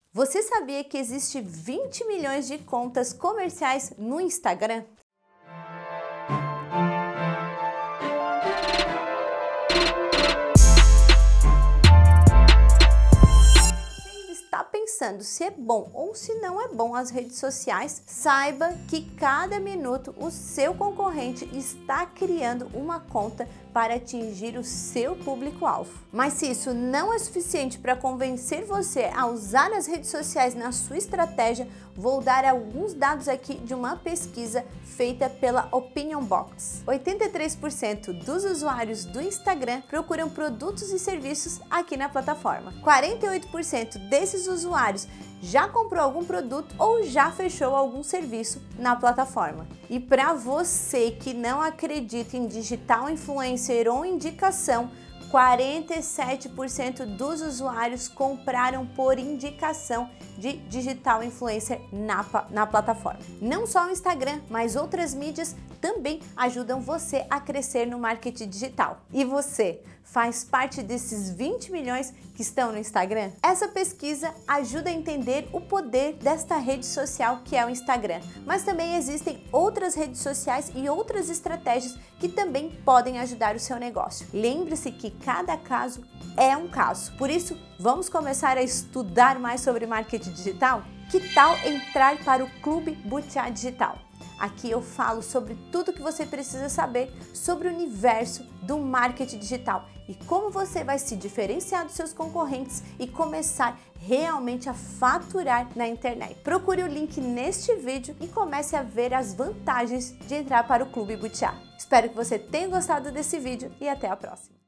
Você sabia que existe 20 milhões de contas comerciais no Instagram? Está pensando se é bom ou se não é bom as redes sociais, saiba que cada minuto o seu concorrente está criando uma conta para atingir o seu público-alvo. Mas se isso não é suficiente para convencer você a usar as redes sociais na sua estratégia, vou dar alguns dados aqui de uma pesquisa feita pela Opinion Box. 83% dos usuários do Instagram procuram produtos e serviços aqui na plataforma. 48% desses usuários já comprou algum produto ou já fechou algum serviço na plataforma. E para você que não acredita em digital influencer ou indicação, 47% dos usuários compraram por indicação de digital influencer na plataforma. Não só o Instagram, mas outras mídias também ajudam você a crescer no marketing digital. E você faz parte desses 20 milhões que estão no Instagram? Essa pesquisa ajuda a entender o poder desta rede social que é o Instagram. Mas também existem outras redes sociais e outras estratégias que também podem ajudar o seu negócio. Lembre-se que cada caso é um caso. Por isso, vamos começar a estudar mais sobre marketing digital? Que tal entrar para o Clube Butiá Digital? Aqui eu falo sobre tudo que você precisa saber sobre o universo do marketing digital e como você vai se diferenciar dos seus concorrentes e começar realmente a faturar na internet. Procure o link neste vídeo e comece a ver as vantagens de entrar para o Clube Butiá. Espero que você tenha gostado desse vídeo e até a próxima.